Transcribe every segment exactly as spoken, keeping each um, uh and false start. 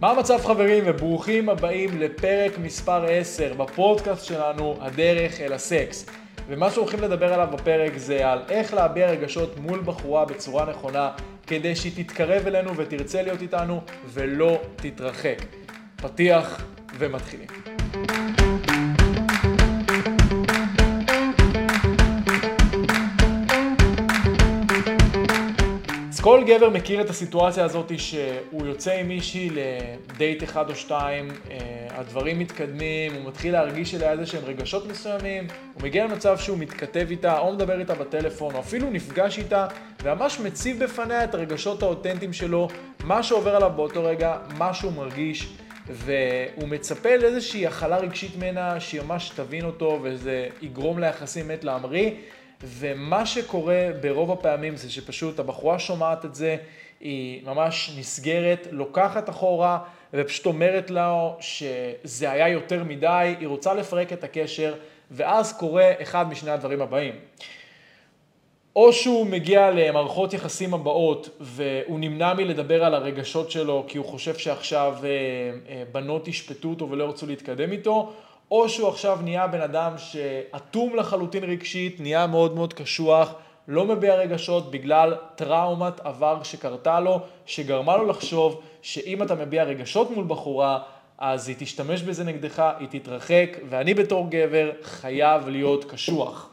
מה המצב חברים וברוכים הבאים לפרק מספר עשר בפודקאסט שלנו הדרך אל הסקס. ומה שהולכים לדבר עליו בפרק זה על איך להביע רגשות מול בחורה בצורה נכונה כדי שהיא תתקרב אלינו ותרצה להיות איתנו ולא תתרחק. פתיח ומתחילים. כל גבר מכיר את הסיטואציה הזאת שהוא יוצא עם מישהי לדייט אחד או שתיים, הדברים מתקדמים, הוא מתחיל להרגיש אליה איזה שהם רגשות מסוימים, הוא מגיע למצב שהוא מתכתב איתה או מדבר איתה בטלפון או אפילו נפגש איתה וממש מציב בפניה את הרגשות האותנטיים שלו, מה שעובר עליו באותו רגע, מה שהוא מרגיש, והוא מצפה לאיזושהי הכלה רגשית ממנה שהיא ממש תבין אותו וזה יגרום ליחסים מת להמריא. ומה שקורה ברוב הפעמים זה שפשוט הבחורה שומעת את זה, היא ממש נסגרת, לוקחת אחורה ופשוט אומרת לה שזה היה יותר מדי, היא רוצה לפרק את הקשר ואז קורה אחד משני הדברים הבאים. או שהוא מגיע למערכות יחסים הבאות והוא נמנע מלדבר על הרגשות שלו כי הוא חושב שעכשיו בנות ישפטו אותו ולא ירצו להתקדם איתו, או שהוא עכשיו נהיה בן אדם שאטום לחלוטין רגשית, נהיה מאוד מאוד קשוח, לא מביע רגשות בגלל טראומת עבר שקרתה לו, שגרמה לו לחשוב שאם אתה מביע רגשות מול בחורה, אז היא תשתמש בזה נגדך, היא תתרחק, ואני בתור גבר חייב להיות קשוח.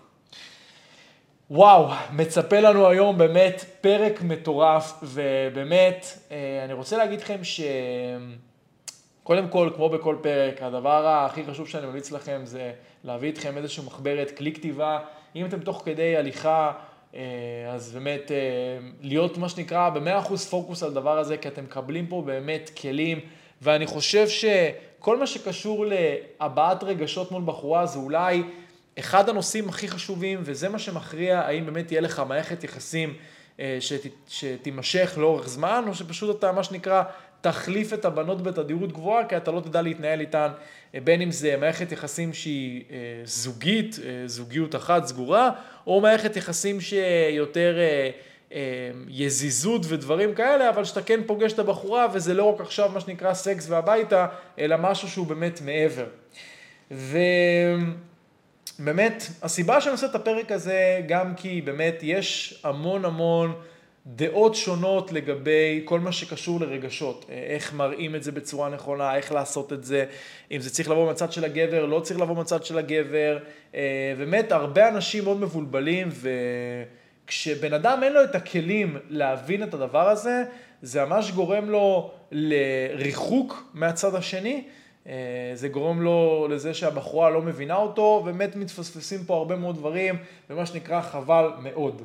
וואו, מצפה לנו היום באמת פרק מטורף, ובאמת אני רוצה להגיד לכם ש... קודם כל, כמו בכל פרק, הדבר הכי חשוב שאני ממליץ לכם זה להביא איתכם איזשהו מחברת, כלי כתיבה. אם אתם תוך כדי הליכה, אז באמת להיות מה שנקרא ב-מאה אחוז פוקוס על דבר הזה, כי אתם מקבלים פה באמת כלים, ואני חושב שכל מה שקשור להבעת רגשות מול בחורה זה אולי אחד הנושאים הכי חשובים, וזה מה שמכריע האם באמת תהיה לך מערכת יחסים שת, שתימשך לאורך זמן, או שפשוט אתה מה שנקרא תחליף את הבנות בתדירות גבוהה, כי אתה לא תדע להתנהל איתן, בין אם זה מערכת יחסים שהיא זוגית, זוגיות אחת סגורה, או מערכת יחסים שיותר יזיזות ודברים כאלה, אבל שאתה כן פוגש את הבחורה, וזה לא רק עכשיו מה שנקרא סקס והביתה, אלא משהו שהוא באמת מעבר. ובאמת, הסיבה שאני עושה את הפרק הזה, גם כי באמת יש המון המון דעות שונות לגבי כל מה שקשור לרגשות, איך מראים את זה בצורה נכונה, איך לעשות את זה, אם זה צריך לבוא מצד של הגבר, לא צריך לבוא מצד של הגבר, באמת הרבה אנשים מאוד מבולבלים, וכשבן אדם אין לו את הכלים להבין את הדבר הזה, זה ממש גורם לו לריחוק מהצד השני, זה גורם לו לזה שהבחורה לא מבינה אותו, ובאמת מתפספסים פה הרבה מאוד דברים, ומה שנקרא חבל מאוד.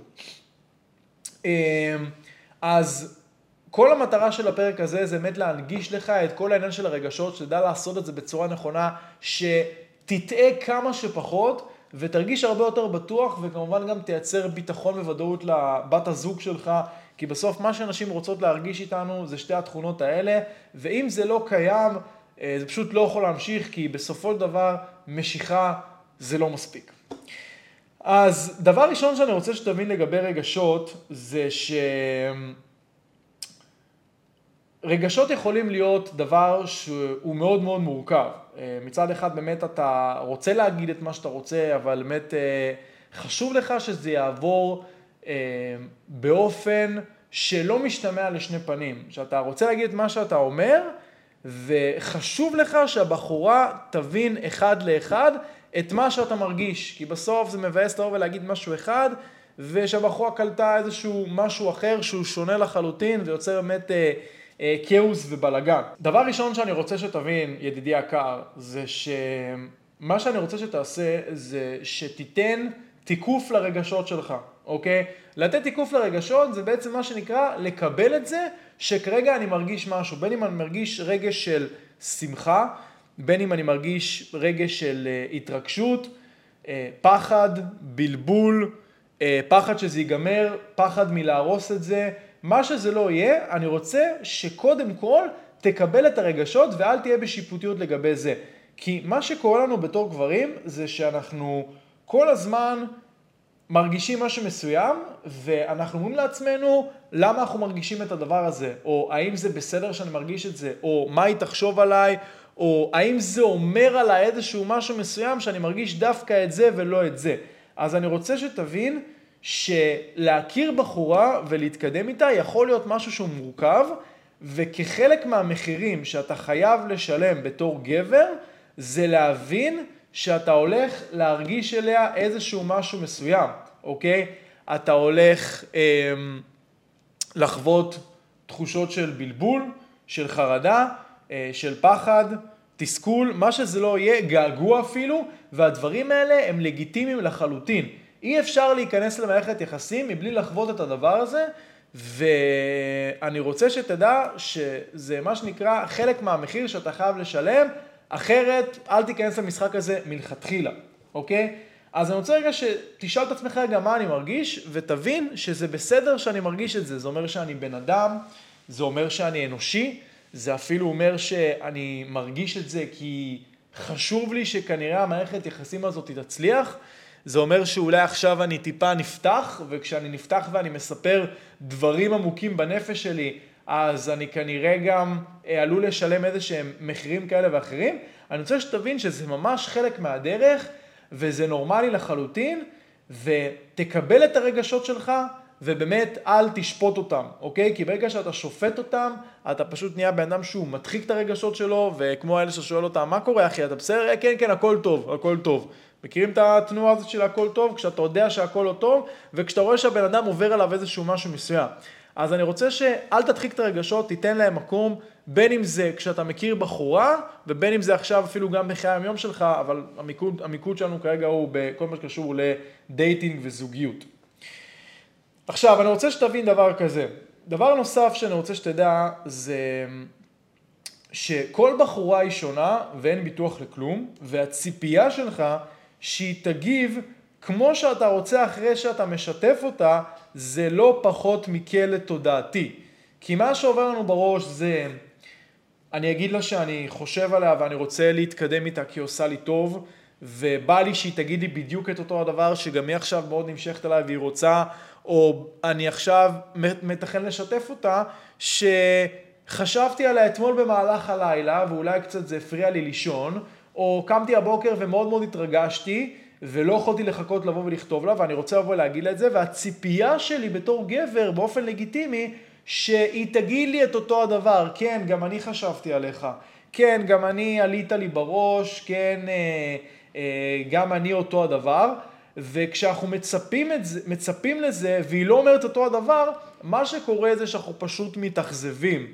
אז כל המטרה של הפרק הזה זה באמת להנגיש לך את כל העניין של הרגשות, שתדע לעשות את זה בצורה נכונה, שתטעה כמה שפחות ותרגיש הרבה יותר בטוח, וכמובן גם תייצר ביטחון וודאות לבת הזוג שלך, כי בסוף מה שאנשים רוצות להרגיש איתנו זה שתי התכונות האלה, ואם זה לא קיים זה פשוט לא יכול להמשיך, כי בסופו של דבר משיכה זה לא מספיק. אז דבר ראשון שאני רוצה שתבין לגבי רגשות, זה שרגשות יכולים להיות דבר שהוא מאוד מאוד מורכב. מצד אחד באמת אתה רוצה להגיד את מה שאתה רוצה, אבל באמת חשוב לך שזה יעבור באופן שלא משתמע לשני פנים. שאתה רוצה להגיד את מה שאתה אומר, וחשוב לך שהבחורה תבין אחד לאחד, את מה שאתה מרגיש, כי בסוף זה מבאס לבוא ולהגיד משהו אחד, ושהבחורה קלטה איזשהו משהו אחר שהוא שונה לחלוטין, ויוצר באמת אה, אה, כאוס ובלגן. דבר ראשון שאני רוצה שתבין, ידידי יקר, זה שמה שאני רוצה שתעשה, זה שתיתן תיקוף לרגשות שלך, אוקיי? לתת תיקוף לרגשות זה בעצם מה שנקרא לקבל את זה, שכרגע אני מרגיש משהו, בין אם אני מרגיש רגש של שמחה, בין אם אני מרגיש רגש של התרגשות, פחד, בלבול, פחד שזה ייגמר, פחד מלהרוס את זה, מה שזה לא יהיה, אני רוצה שקודם כל תקבל את הרגשות ואל תהיה בשיפוטיות לגבי זה. כי מה שקורה לנו בתור גברים זה שאנחנו כל הזמן מרגישים משהו מסוים, ואנחנו אומרים לעצמנו, למה אנחנו מרגישים את הדבר הזה? או האם זה בסדר שאני מרגיש את זה? או מה היא תחשוב עליי? או האם זה אומר עליי איזשהו משהו מסוים שאני מרגיש דווקא את זה ולא את זה? אז אני רוצה שתבין שלהכיר בחורה ולהתקדם איתה יכול להיות משהו שהוא מורכב, וכחלק מהמחירים שאתה חייב לשלם בתור גבר, זה להבין שאתה הולך להרגיש אליה איזשהו משהו מסוים, אוקיי? אתה הולך אה, לחוות תחושות של בלבול, של חרדה, אה, של פחד, תסכול, מה שזה לא יהיה, געגוע אפילו, והדברים האלה הם לגיטימיים לחלוטין. אי אפשר להיכנס למערכת יחסים מבלי לחוות את הדבר הזה, ואני רוצה שתדע שזה מה שנקרא חלק מהמחיר שאתה חייב לשלם, אחרת אל תיכנס למשחק הזה מלכתחילה, אוקיי? אז אני רוצה רגע שתשאל את עצמך רגע מה אני מרגיש, ותבין שזה בסדר שאני מרגיש את זה. זה אומר שאני בן אדם, זה אומר שאני אנושי, זה אפילו אומר שאני מרגיש את זה כי חשוב לי שכנראה המערכת יחסים הזאת תצליח. זה אומר שאולי עכשיו אני טיפה נפתח, וכשאני נפתח ואני מספר דברים עמוקים בנפש שלי, אז אני כנראה גם עלול לשלם איזה שהם מחירים כאלה ואחרים. אני רוצה שתבין שזה ממש חלק מהדרך, וזה נורמלי לחלוטין, ותקבל את הרגשות שלך, ובאמת אל תשפוט אותם, אוקיי? כי ברגע שאתה שופט אותם, אתה פשוט נהיה בן אדם שהוא מדחיק את הרגשות שלו, וכמו האלה ששואל אותם, מה קורה אחי? אתה בסדר? כן, כן, הכל טוב, הכל טוב. מכירים את התנועה הזאת של הכל טוב? כשאתה יודע שהכל לא טוב, וכשאתה רואה שהבן אדם עובר עליו איזשהו משהו מסוים. אז אני רוצה שאל תדחיק את הרגשות, תיתן להם מקום, בין אם זה כשאתה מכיר בחורה, ובין אם זה עכשיו אפילו גם בחיי היום שלך, אבל המיקוד, המיקוד שלנו כרגע הוא בכל מה שקשור לדייטינג וזוגיות. עכשיו, אני רוצה שתבין דבר כזה. דבר נוסף שאני רוצה שתדע זה שכל בחורה היא שונה ואין ביטוח לכלום, והציפייה שלך שהיא תגיב כמו שאתה רוצה אחרי שאתה משתף אותה, זה לא פחות מכלא תודעתי. כי מה שעובר לנו בראש זה, אני אגיד לה שאני חושב עליה ואני רוצה להתקדם איתה כי היא עושה לי טוב, ובא לי שהיא תגיד לי בדיוק את אותו הדבר שגם היא עכשיו מאוד נמשכת עליי והיא רוצה, או אני עכשיו מתכן לשתף אותה שחשבתי עליה אתמול במהלך הלילה ואולי קצת זה הפריע לי לישון, או קמתי הבוקר ומאוד מאוד התרגשתי ולא יכולתי לחכות לבוא ולכתוב לה, ואני רוצה לבוא להגיד לה את זה, והציפייה שלי בתור גבר באופן לגיטימי שהיא תגיד לי את אותו הדבר. כן, גם אני חשבתי עליך, כן, גם אני עלית לי בראש, כן, אה, אה, גם אני אותו הדבר. וכשאנחנו מצפים, את זה, מצפים לזה והיא לא אומרת אותו הדבר, מה שקורה זה שאנחנו פשוט מתאכזבים.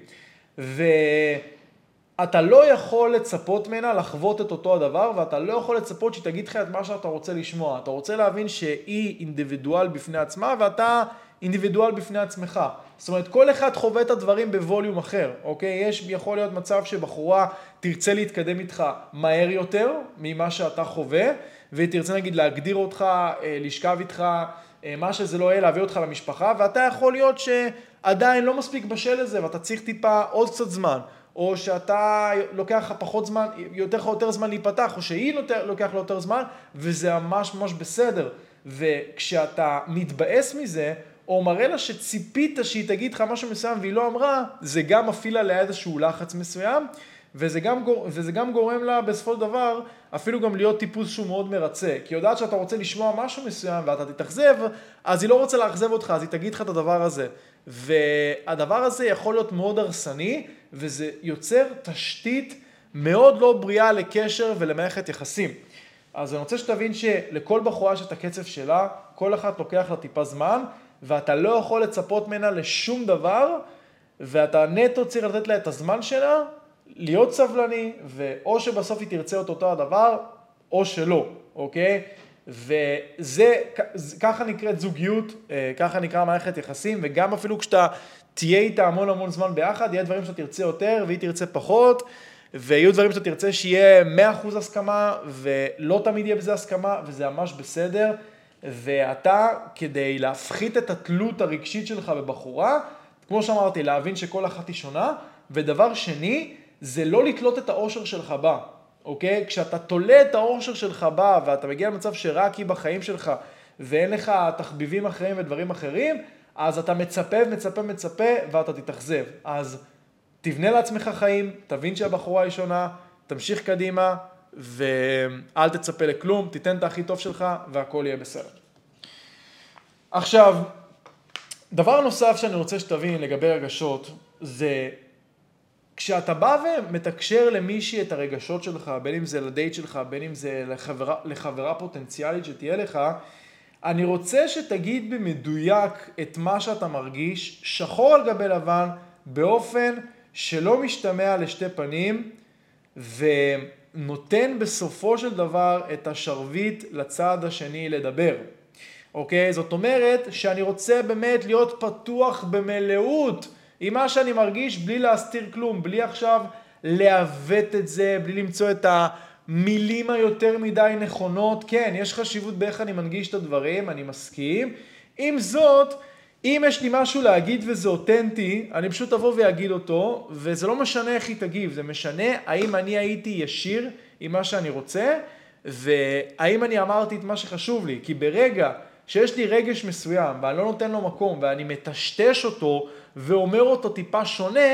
ואתה לא יכול לצפות ממנה לחוות את אותו הדבר, ואתה לא יכול לצפות שהיא תגיד לך את מה שאתה רוצה לשמוע. אתה רוצה להבין שהיא אינדיבידואל בפני עצמה, ואתה אינדיבידואל בפני עצמך. זאת אומרת, כל אחד חווה את הדברים בווליום אחר, אוקיי? יש, יכול להיות מצב שבחורה תרצה להתקדם איתך מהר יותר ממה שאתה חווה, והיא תרצה נגיד להגדיר אותך, לשכב איתך, מה שזה לא יהיה, להביא אותך למשפחה, ואתה יכול להיות שעדיין לא מספיק בשל לזה, ואתה צריך טיפה עוד קצת זמן, או שאתה לוקח לך פחות זמן, יותר לך יותר זמן להיפתח, או שהיא לוקח לך יותר זמן, וזה ממש ממש בסדר. וכשאתה מתבאס מזה, או מראה לה שציפית שהיא תגיד לך משהו מסוים והיא לא אמרה, זה גם מפעיל עליה איזשהו לחץ מסוים, וזה גם, וזה גם גורם לה בסופו של דבר אפילו גם להיות טיפוס שהוא מאוד מרצה. כי יודעת שאתה רוצה לשמוע משהו מסוים ואתה תתאכזב, אז היא לא רוצה לאכזב אותך, אז היא תגיד לך את הדבר הזה. והדבר הזה יכול להיות מאוד הרסני, וזה יוצר תשתית מאוד לא בריאה לקשר ולמערכת יחסים. אז אני רוצה שתבין שלכל בחורה שאת הקצב שלה, כל אחת לוקח לה טיפה זמן, ואתה לא יכול לצפות ממנה לשום דבר, ואתה נטו צריך לתת לה את הזמן שלה, להיות סבלני, ואו שבסוף היא תרצה את אותו הדבר, או שלא, אוקיי? וזה, ככה נקראת זוגיות, ככה נקרא מערכת יחסים, וגם אפילו כשאתה תהיה איתה המון המון זמן ביחד, יהיה דברים שאתה תרצה יותר, והיא תרצה פחות, ויהיו דברים שאתה תרצה שיהיה מאה אחוז הסכמה, ולא תמיד יהיה בזה הסכמה, וזה ממש בסדר. ואתה, כדי להפחית את התלות הרגשית שלך בבחורה, כמו שאמרתי, להבין שכל אחת היא שונה, ודבר שני, זה לא לתלות את האושר שלך בה, אוקיי? כשאתה תולה את האושר שלך בה, ואתה מגיע למצב שרק היא בחיים שלך, ואין לך תחביבים אחרים ודברים אחרים, אז אתה מצפה, מצפה, מצפה, ואתה תתאכזב. אז תבנה לעצמך חיים, תבין שהבחורה היא שונה, תמשיך קדימה, ואל תצפה לכלום, תיתן את הכי טוב שלך, והכל יהיה בסדר. עכשיו, דבר נוסף שאני רוצה שתבין לגבי רגשות, זה כשאתה בא ומתקשר למישהי את הרגשות שלך, בין אם זה לדייט שלך, בין אם זה לחברה, לחברה פוטנציאלית שתהיה לך, אני רוצה שתגיד במדויק את מה שאתה מרגיש, שחור על גבי לבן, באופן שלא משתמע לשתי פנים, ונותן בסופו של דבר את השרביט לצד השני לדבר. אוקיי? זאת אומרת שאני רוצה באמת להיות פתוח במלאות עם מה שאני מרגיש בלי להסתיר כלום, בלי עכשיו לעוות את זה, בלי למצוא את המילים היותר מדי נכונות. כן, יש חשיבות באיך אני מנגיש את הדברים, אני מסכים. עם זאת, אם יש לי משהו להגיד וזה אותנטי, אני פשוט אבוא ואגיד אותו, וזה לא משנה איך היא תגיב, זה משנה האם אני הייתי ישיר עם מה שאני רוצה, והאם אני אמרתי את מה שחשוב לי. כי ברגע שיש לי רגש מסוים, ואני לא נותן לו מקום, ואני מטשטש אותו, ואומר אותו טיפה שונה,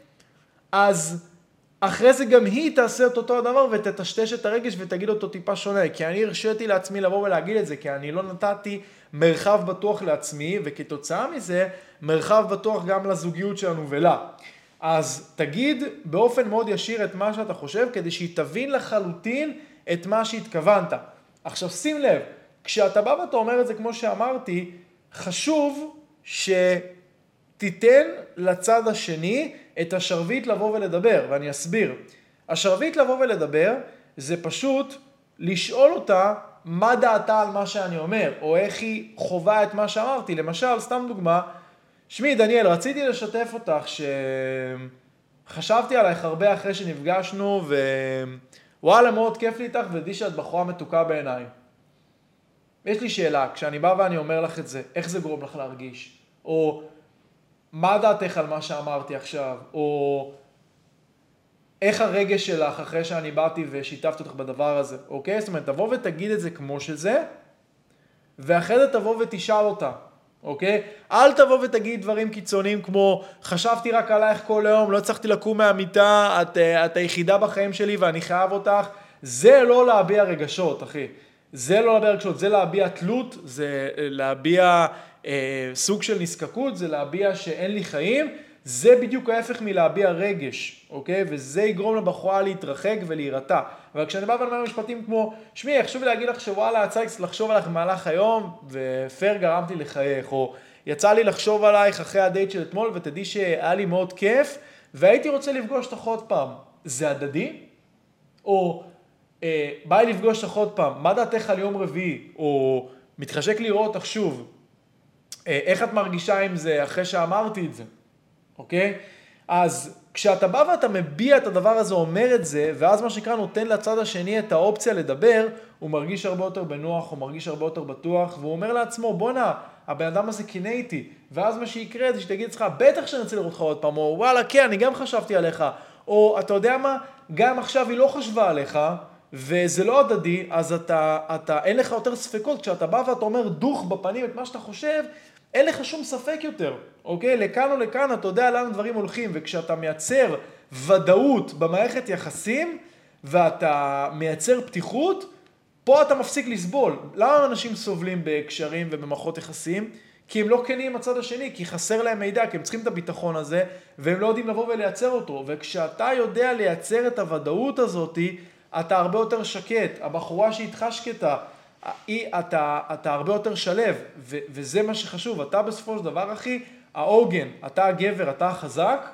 אז אחרי זה גם היא תעשה את אותו הדבר, ותטשטש את הרגש ותגיד אותו טיפה שונה. כי אני הרשיתי לעצמי לבוא ולהגיד את זה, כי אני לא נתתי מרחב בטוח לעצמי, וכתוצאה מזה, מרחב בטוח גם לזוגיות שלנו ולה. אז תגיד באופן מאוד ישיר את מה שאתה חושב, כדי שהיא תבין לחלוטין את מה שהתכוונת. עכשיו שים לב, כשאתה בא ואתה אומר את זה כמו שאמרתי, חשוב שתיתן לצד השני את השרביט לבוא ולדבר, ואני אסביר. השרביט לבוא ולדבר זה פשוט לשאול אותה מה דעתה על מה שאני אומר, או איך היא חובה את מה שאמרתי. למשל, סתם דוגמה, שמי דניאל, רציתי לשתף אותך שחשבתי עלייך הרבה אחרי שנפגשנו, ווואלה מאוד כיף לי איתך, ודי שאת בחורה מתוקה בעיניי. יש לי שאלה, כשאני בא ואני אומר לך את זה, איך זה גורם לך להרגיש? או מה דעתך על מה שאמרתי עכשיו? או איך הרגש שלך אחרי שאני באתי ושיתפת אותך בדבר הזה? אוקיי? זאת אומרת, תבוא ותגיד את זה כמו שזה, ואחרי זה תבוא ותשאל אותה. אוקיי? אל תבוא ותגיד דברים קיצוניים כמו, חשבתי רק עלייך כל היום, לא הצלחתי לקום מהמיטה, את, את היחידה בחיים שלי ואני חייב אותך. זה לא להביע רגשות, אחי. זה לא להביע רגשות, זה להביע תלות, זה להביע אה, סוג של נזקקות, זה להביע שאין לי חיים, זה בדיוק ההפך מלהביע רגש, אוקיי? וזה יגרום לבחורה להתרחק ולהירתע. אבל כשאני בא ואומר משפטים כמו, שמי, חשוב לי להגיד לך שוואלה, יצא לי לחשוב עליך במהלך היום, ופר גרמתי לחייך, או יצא לי לחשוב עלייך אחרי הדייט של אתמול, ותדעי שהיה לי מאוד כיף, והייתי רוצה לפגוש אותך עוד פעם. זה הדדי? או אה, בא לי לפגוש אותך עוד פעם, מה דעתך על יום רביעי? או מתחשק לראות אותך שוב. אה, איך את מרגישה עם זה אחרי שאמרתי את זה? אוקיי? אז כשאתה בא ואתה מביע את הדבר הזה, אומר את זה, ואז מה שנקרא נותן לצד השני את האופציה לדבר, הוא מרגיש הרבה יותר בנוח, הוא מרגיש הרבה יותר בטוח, והוא אומר לעצמו, בוא נע, הבן אדם הזה קינא איתי, ואז מה שיקרה זה שתגיד לך, בטח שאני רוצה לראות אותך עוד פעם, או וואלה, כן, אני גם חשבתי עליך, או אתה יודע מה, גם עכשיו היא לא חשבה עליך, וזה לא הדדי, אז אתה, אתה, אין לך יותר ספקות, כשאתה בא ואתה אומר דוך בפנים את מה שאתה חושב, אין לך שום ספק יותר, אוקיי? לכאן או לכאן, אתה יודע לאן דברים הולכים, וכשאתה מייצר ודאות במערכת יחסים, ואתה מייצר פתיחות, פה אתה מפסיק לסבול. למה אנשים סובלים בקשרים ובמערכות יחסים? כי הם לא כנים עם הצד השני, כי חסר להם מידע, כי הם צריכים את הביטחון הזה, והם לא יודעים לבוא ולייצר אותו. וכשאתה יודע לייצר את הוודאות הזאת, אתה הרבה יותר שקט. הבחורה שאיתך שקטה, אתה, אתה הרבה יותר שלב, ו, וזה מה שחשוב. אתה בסופו של דבר, אחי, העוגן, אתה הגבר, אתה החזק,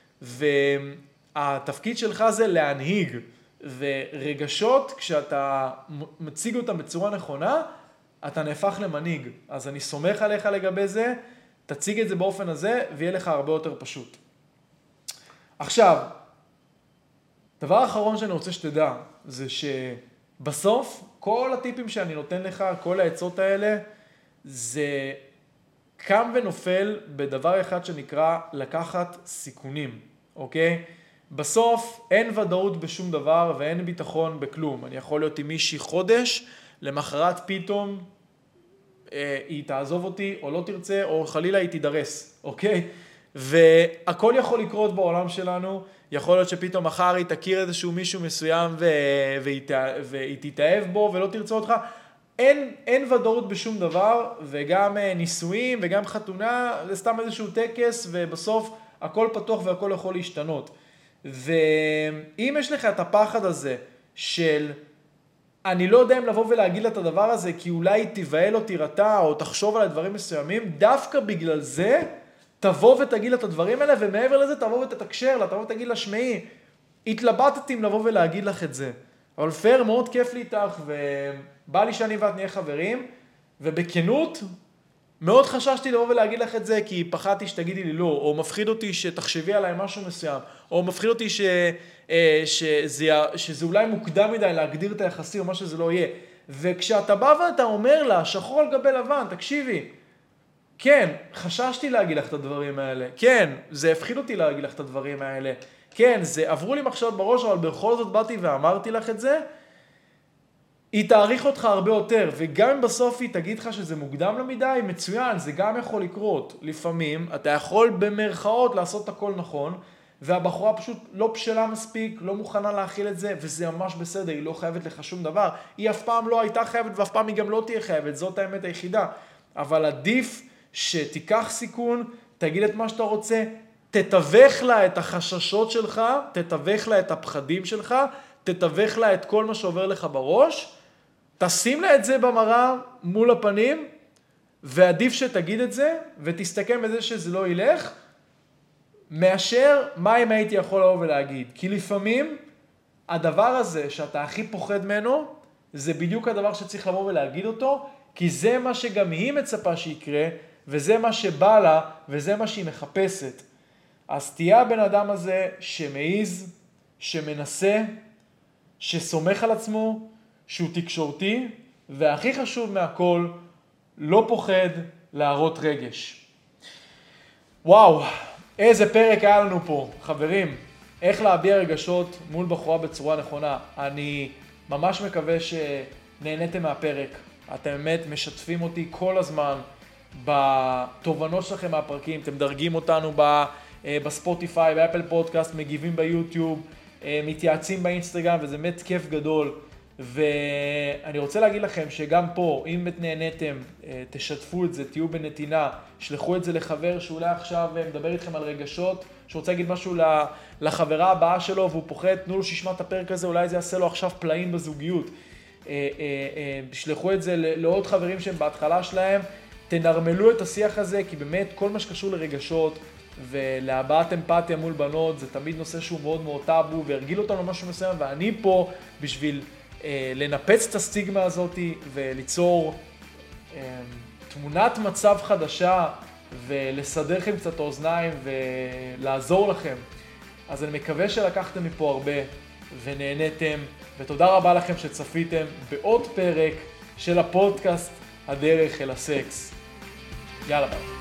והתפקיד שלך זה להנהיג. ורגשות, כשאתה מציג אותם בצורה נכונה, אתה נהפך למנהיג. אז אני סומך עליך לגבי זה, תציג את זה באופן הזה, ויהיה לך הרבה יותר פשוט. עכשיו, דבר אחרון שאני רוצה שתדע, זה שבסוף, כל הטיפים שאני נותן לך, כל העצות האלה, זה קם ונופל בדבר אחד שנקרא לקחת סיכונים, אוקיי? בסוף אין ודאות בשום דבר ואין ביטחון בכלום. אני יכול להיות עם מישהי חודש, למחרת פתאום היא תעזוב אותי או לא תרצה, או חלילה היא תידרס, אוקיי? והכל יכול לקרות בעולם שלנו, יכול להיות שפתאום מחר היא תכיר איזשהו מישהו מסוים ו... והיא, ת... והיא תתאהב בו ולא תרצה אותך. אין, אין ודאות בשום דבר, וגם נישואים וגם חתונה, זה סתם איזשהו טקס, ובסוף הכל פתוח והכל יכול להשתנות. ואם יש לך את הפחד הזה של, אני לא יודע אם לבוא ולהגיד לה את הדבר הזה, כי אולי היא תיבהל או תירתע, או תחשוב על הדברים מסוימים, דווקא בגלל זה, תבוא ותגיד לה את הדברים האלה, ומעבר לזה תבוא ותתקשר לה, תבוא ותגיד לה, שמעי, התלבטתי אם לבוא ולהגיד לך את זה. אבל פייר, מאוד כיף לי איתך, ובא לי שאני ואת נהיה חברים, ובכנות, מאוד חששתי לבוא ולהגיד לך את זה, כי פחדתי שתגידי לי לא, או מפחיד אותי שתחשבי עליי משהו מסוים, או מפחיד אותי ש, שזה, שזה אולי מוקדם מדי להגדיר את היחסי, או מה שזה לא יהיה. וכשאתה בא ואתה אומר לה, שחור על גבי לבן, תקשיבי, כן, חששתי להגיד לך את הדברים האלה, כן, זה הפחיד אותי להגיד לך את הדברים האלה, כן, זה עברו לי מחשבות בראש, אבל בכל זאת באתי ואמרתי לך את זה, היא תאריך אותך הרבה יותר, וגם אם בסוף היא תגיד לך שזה מוקדם למידה, היא מצוין, זה גם יכול לקרות. לפעמים אתה יכול במרכאות לעשות הכל נכון, והבחורה פשוט לא בשלה מספיק, לא מוכנה להכיל את זה, וזה ממש בסדר, היא לא חייבת לך שום דבר. היא אף פעם לא הייתה חייבת, ואף פעם היא גם לא תהיה חייבת, זאת האמת היחידה. אבל עדיף שתיקח סיכון, תגיד את מה שאתה רוצה, תתווך לה את החששות שלך, תתווך לה את הפחדים שלך, תתווך לה את כל מה שעובר לך בראש, תשים לה את זה במראה מול הפנים, ועדיף שתגיד את זה, ותסתכל בזה שזה לא ילך, מאשר מה אם הייתי יכול לבוא ולהגיד. כי לפעמים הדבר הזה שאתה הכי פוחד ממנו, זה בדיוק הדבר שצריך לבוא ולהגיד אותו, כי זה מה שגם היא מצפה שיקרה, וזה מה שבא לה, וזה מה שהיא מחפשת. אז תהיה הבן אדם הזה שמעיז, שמנסה, שסומך על עצמו, שהוא תקשורתי, והכי חשוב מהכל, לא פוחד להראות רגש. וואו, איזה פרק היה לנו פה, חברים. איך להביע רגשות מול בחורה בצורה נכונה. אני ממש מקווה שנהניתם מהפרק. אתם באמת משתפים אותי כל הזמן בתובנות שלכם מהפרקים. אתם דרגים אותנו בספוטיפיי, באפל פודקאסט, מגיבים ביוטיוב, מתייעצים באינסטגרם, וזה באמת כיף גדול. ואני רוצה להגיד לכם שגם פה, אם באמת נהניתם, תשתפו את זה, תהיו בנתינה, שלחו את זה לחבר שאולי עכשיו מדבר איתכם על רגשות, שרוצה להגיד משהו לחברה הבאה שלו והוא פוחד, תנו לו שישמע את הפרק הזה, אולי זה יעשה לו עכשיו פלאים בזוגיות. שלחו את זה לעוד חברים שהם בהתחלה שלהם, תנרמלו את השיח הזה, כי באמת כל מה שקשור לרגשות ולהבעת אמפתיה מול בנות, זה תמיד נושא שהוא מאוד מאוד טאבו, והרגיל אותנו משהו מסוים, ואני פה בשביל לנפץ את הסטיגמה הזאת וליצור תמונת מצב חדשה ולסדר לכם קצת האוזניים ולעזור לכם. אז אני מקווה שלקחתם מפה הרבה ונהניתם, ותודה רבה לכם שצפיתם בעוד פרק של הפודקאסט הדרך אל הסקס. יאללה ביי.